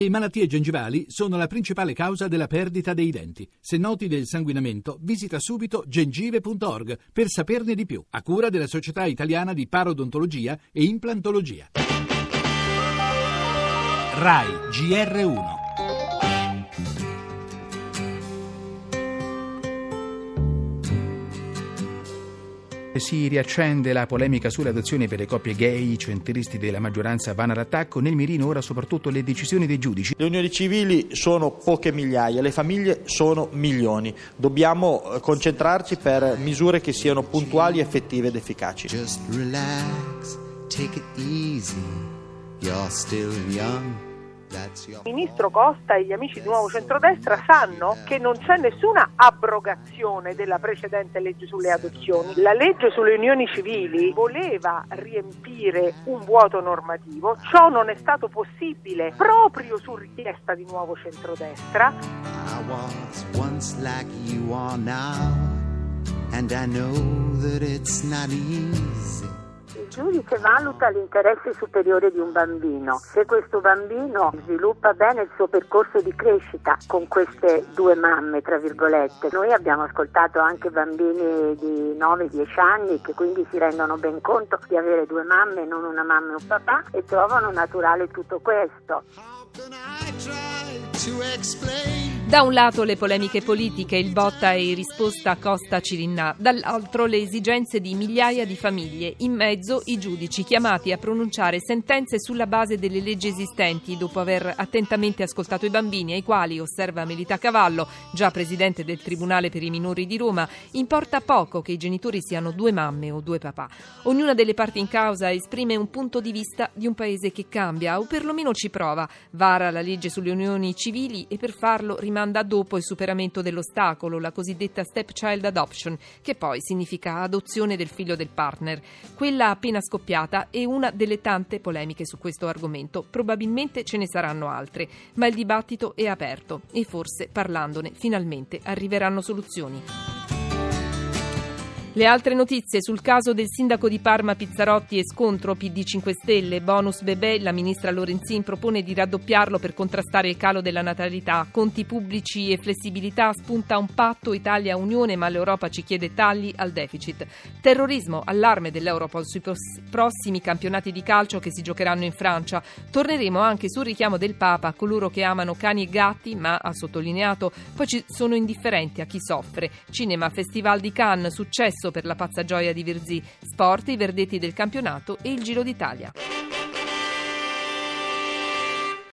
Le malattie gengivali sono la principale causa della perdita dei denti. Se noti del sanguinamento, visita subito gengive.org per saperne di più, a cura della Società Italiana di Parodontologia e Implantologia. RAI GR1. Si riaccende la polemica sulle adozioni per le coppie gay. I centristi della maggioranza vanno all'attacco. Nel mirino ora soprattutto le decisioni dei giudici. Le unioni civili sono poche migliaia, le famiglie sono milioni. Dobbiamo concentrarci per misure che siano puntuali, effettive ed efficaci. Just relax, take it easy, you're still young. Il ministro Costa e gli amici di Nuovo Centrodestra sanno che non c'è nessuna abrogazione della precedente legge sulle adozioni. La legge sulle unioni civili voleva riempire un vuoto normativo, ciò non è stato possibile proprio su richiesta di Nuovo Centrodestra. I was once like you are now, and I know that it's not easy. Il giudice valuta l'interesse superiore di un bambino. Se questo bambino sviluppa bene il suo percorso di crescita con queste due mamme, tra virgolette. Noi abbiamo ascoltato anche bambini di 9-10 anni che quindi si rendono ben conto di avere due mamme, non una mamma e un papà, e trovano naturale tutto questo. Da un lato le polemiche politiche, il botta e risposta Costa-Cirinnà, dall'altro le esigenze di migliaia di famiglie, in mezzo i giudici chiamati a pronunciare sentenze sulla base delle leggi esistenti dopo aver attentamente ascoltato i bambini, ai quali, osserva Melita Cavallo, già presidente del Tribunale per i minori di Roma, importa poco che i genitori siano due mamme o due papà. Ognuna delle parti in causa esprime un punto di vista di un paese che cambia, o perlomeno ci prova, vara la legge sulle unioni civili e per farlo rimanda dopo il superamento dell'ostacolo, la cosiddetta stepchild adoption, che poi significa adozione del figlio del partner. Quella appena scoppiata è una delle tante polemiche su questo argomento. Probabilmente ce ne saranno altre, ma il dibattito è aperto e forse parlandone finalmente arriveranno soluzioni. Le altre notizie sul caso del sindaco di Parma Pizzarotti e scontro PD 5 Stelle, bonus bebè, la ministra Lorenzin propone di raddoppiarlo per contrastare il calo della natalità, conti pubblici e flessibilità, spunta un patto Italia-Unione ma l'Europa ci chiede tagli al deficit. Terrorismo, allarme dell'Europol sui prossimi campionati di calcio che si giocheranno in Francia. Torneremo anche sul richiamo del Papa a coloro che amano cani e gatti ma, ha sottolineato, poi ci sono indifferenti a chi soffre. Cinema, Festival di Cannes, successo per la pazza gioia di Virzì, sport, i verdetti del campionato e il Giro d'Italia.